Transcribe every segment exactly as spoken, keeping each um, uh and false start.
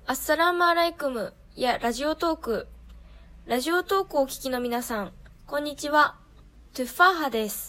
アッサラームアライクムやラジオトーク。ラジオトークをお聞きの皆さん、こんにちは。トゥッファーハです。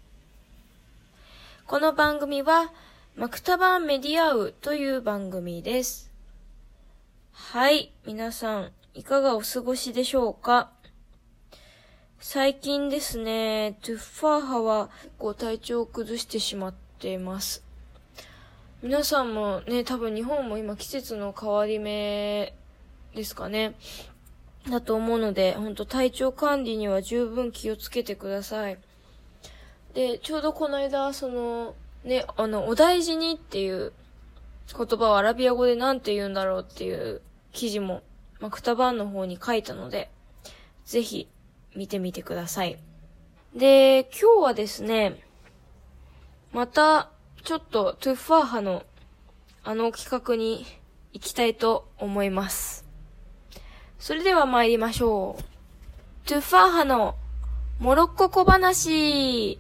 この番組は、マクタバーメディアウという番組です。はい、皆さん、いかがお過ごしでしょうか？最近ですね、トゥッファーハは結構体調を崩してしまっています。皆さんもね、多分日本も今季節の変わり目ですかね。だと思うので、ほんと体調管理には十分気をつけてください。で、ちょうどこの間、その、ね、あの、お大事にっていう言葉をアラビア語でなんて言うんだろうっていう記事もマクタバーンの方に書いたので、ぜひ見てみてください。で、今日はですね、またちょっとトゥッファーハのあの企画に行きたいと思います。それでは参りましょう。トゥッファーハのモロッコ小話。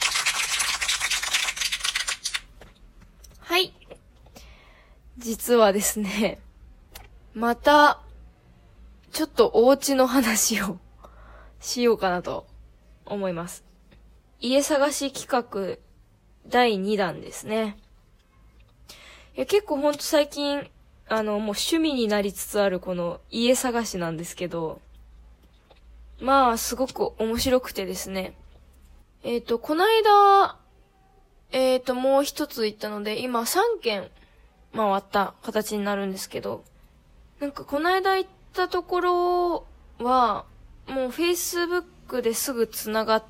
はい。実はですね、またちょっとお家の話をしようかなと思います。家探し企画だいにだんですね。いや、結構ほんと最近、あの、もう趣味になりつつあるこの家探しなんですけど、まあ、すごく面白くてですね。えっと、この間、えっと、もう一つ行ったので、今さんけん回った形になるんですけど、なんかこの間行ったところは、もう Facebook ですぐ繋がって、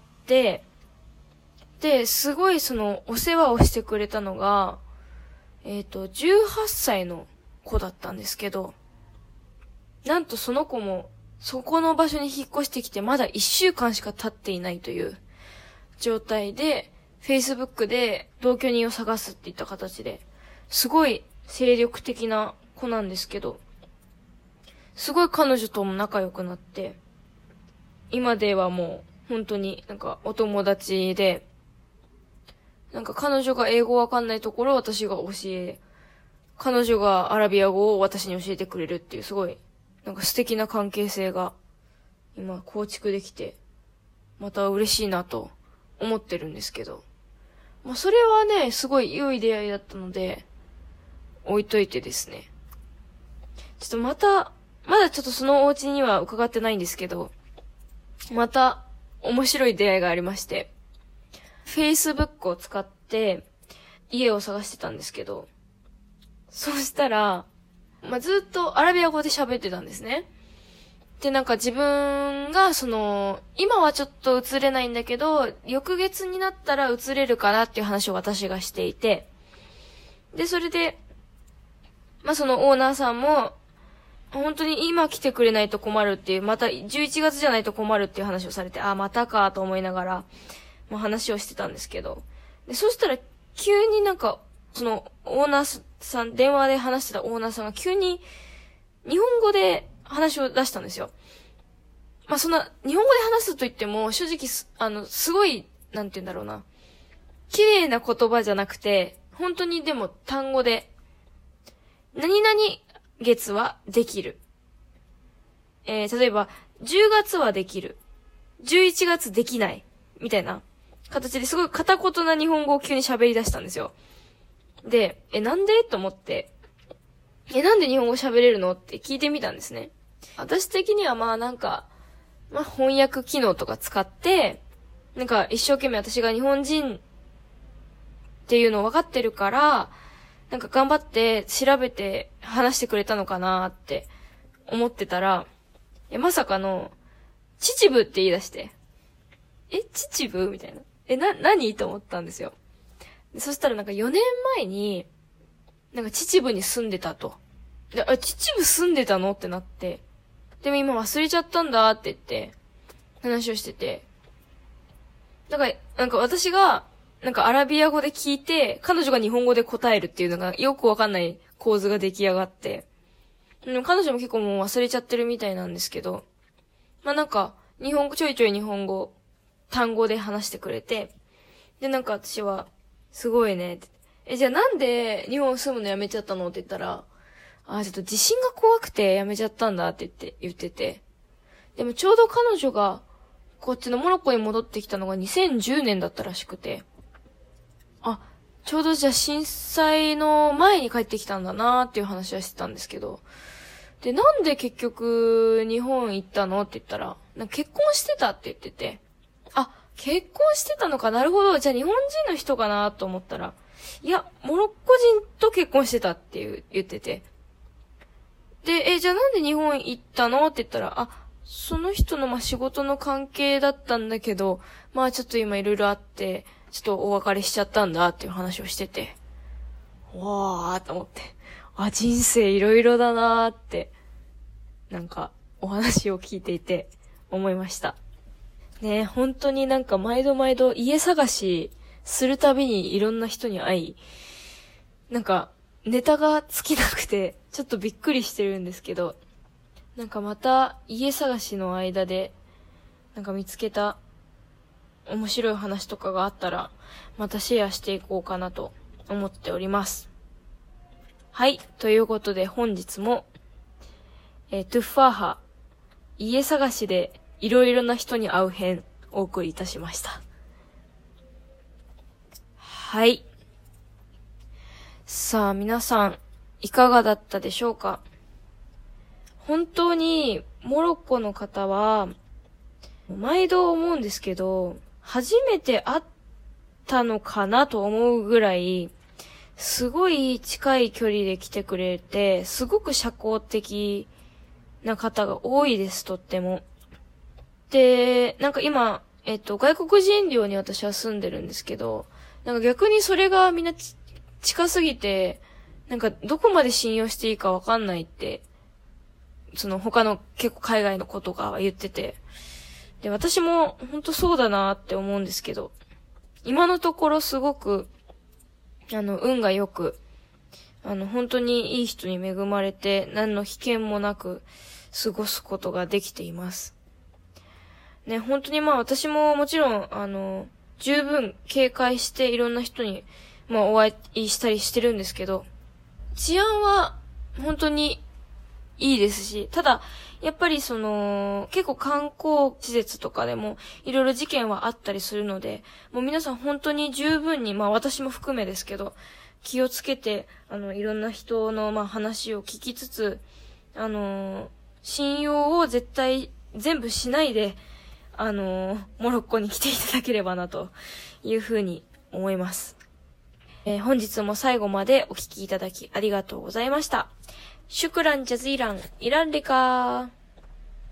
で、すごいその、お世話をしてくれたのが、えっと、じゅうはっさいの子だったんですけど、なんとその子も、そこの場所に引っ越してきて、まだいっしゅうかんしか経っていないという状態で、Facebook で同居人を探すっていった形で、すごい精力的な子なんですけど、すごい彼女とも仲良くなって、今ではもう、本当になんかお友達で、なんか彼女が英語わかんないところを私が教え、彼女がアラビア語を私に教えてくれるっていうすごい、なんか素敵な関係性が今構築できて、また嬉しいなと思ってるんですけど。まあそれはね、すごい良い出会いだったので、置いといてですね。ちょっとまた、まだちょっとそのお家には伺ってないんですけど、また面白い出会いがありまして、Facebook を使って家を探してたんですけど、そうしたら、まあ、ずっとアラビア語で喋ってたんですね。で、なんか自分がその、今はちょっと移れないんだけど、翌月になったら移れるかなっていう話を私がしていて、で、それで、まあ、そのオーナーさんも、本当に今来てくれないと困るっていう、またじゅういちがつじゃないと困るっていう話をされて、あ、またかと思いながら、まあ、話をしてたんですけど。で、そしたら急になんか、そのオーナーさん、電話で話してたオーナーさんが急に日本語で話を出したんですよ。まあ、そんな、日本語で話すと言っても、正直す、あの、すごい、なんて言うんだろうな。綺麗な言葉じゃなくて、本当にでも単語で、何々月はできる。えー、例えば、じゅうがつはできる。じゅういちがつできない。みたいな形ですごい片言な日本語を急に喋り出したんですよ。で、え、なんでと思って、え、なんで日本語喋れるのって聞いてみたんですね。私的にはまあなんか、まあ翻訳機能とか使って、なんか一生懸命私が日本人っていうの分かってるから、なんか頑張って調べて話してくれたのかなって思ってたら、え、まさかの、秩父って言い出して、え、秩父みたいな。え、な、何と思ったんですよ。そしたらなんかよねんまえに、なんか秩父に住んでたと。で、あ、秩父住んでたのってなって。でも今忘れちゃったんだって言って、話をしてて。だから、なんか私が、なんかアラビア語で聞いて、彼女が日本語で答えるっていうのがよくわかんない構図が出来上がって。でも彼女も結構もう忘れちゃってるみたいなんですけど、まあなんか、日本語、ちょいちょい日本語、単語で話してくれて、で、なんか私は、すごいねって。え、じゃあなんで日本住むのやめちゃったのって言ったら、 ああ、ちょっと地震が怖くてやめちゃったんだって言って、言ってて。でもちょうど彼女が、こっちのモロッコに戻ってきたのがにせんじゅうねんだったらしくて。あ、ちょうどじゃあ震災の前に帰ってきたんだなーっていう話はしてたんですけど。で、なんで結局日本行ったのって言ったら、なんか結婚してたって言ってて。あ、結婚してたのか、なるほど。じゃあ日本人の人かなと思ったら、いや、モロッコ人と結婚してたっていう言ってて。で、え、じゃあなんで日本行ったのって言ったら、あ、その人のまあ仕事の関係だったんだけど、まあちょっと今いろいろあって、ちょっとお別れしちゃったんだっていう話をしてて。わーと思って。あ、人生いろいろだなーって、なんかお話を聞いていて思いました。ねえ、本当になんか毎度毎度家探しするたびにいろんな人に会い、なんかネタが尽きなくてちょっとびっくりしてるんですけど、なんかまた家探しの間でなんか見つけた面白い話とかがあったらまたシェアしていこうかなと思っております。はい。ということで本日も、えー、トゥッファーハ、家探しでいろいろな人に会う編お送りいたしました。はい。さあ皆さんいかがだったでしょうか。本当にモロッコの方は毎度思うんですけど、初めて会ったのかなと思うぐらいすごい近い距離で来てくれて、すごく社交的な方が多いです、とっても。で、なんか今、えっと、外国人寮に私は住んでるんですけど、なんか逆にそれがみんなち近すぎて、なんかどこまで信用していいかわかんないって、その他の結構海外の子とかは言ってて、で、私も本当そうだなって思うんですけど、今のところすごく、あの、運が良く、あの、本当にいい人に恵まれて、何の危険もなく過ごすことができています。ね、本当にまあ私ももちろん、あの、十分警戒していろんな人に、まあお会いしたりしてるんですけど、治安は本当にいいですし、ただ、やっぱりその、結構観光施設とかでもいろいろ事件はあったりするので、もう皆さん本当に十分に、まあ私も含めですけど、気をつけて、あの、いろんな人のまあ話を聞きつつ、あの、信用を絶対全部しないで、あの、モロッコに来ていただければなというふうに思います。えー、本日も最後までお聞きいただきありがとうございました。シュクランジャズイラン、イランリカー。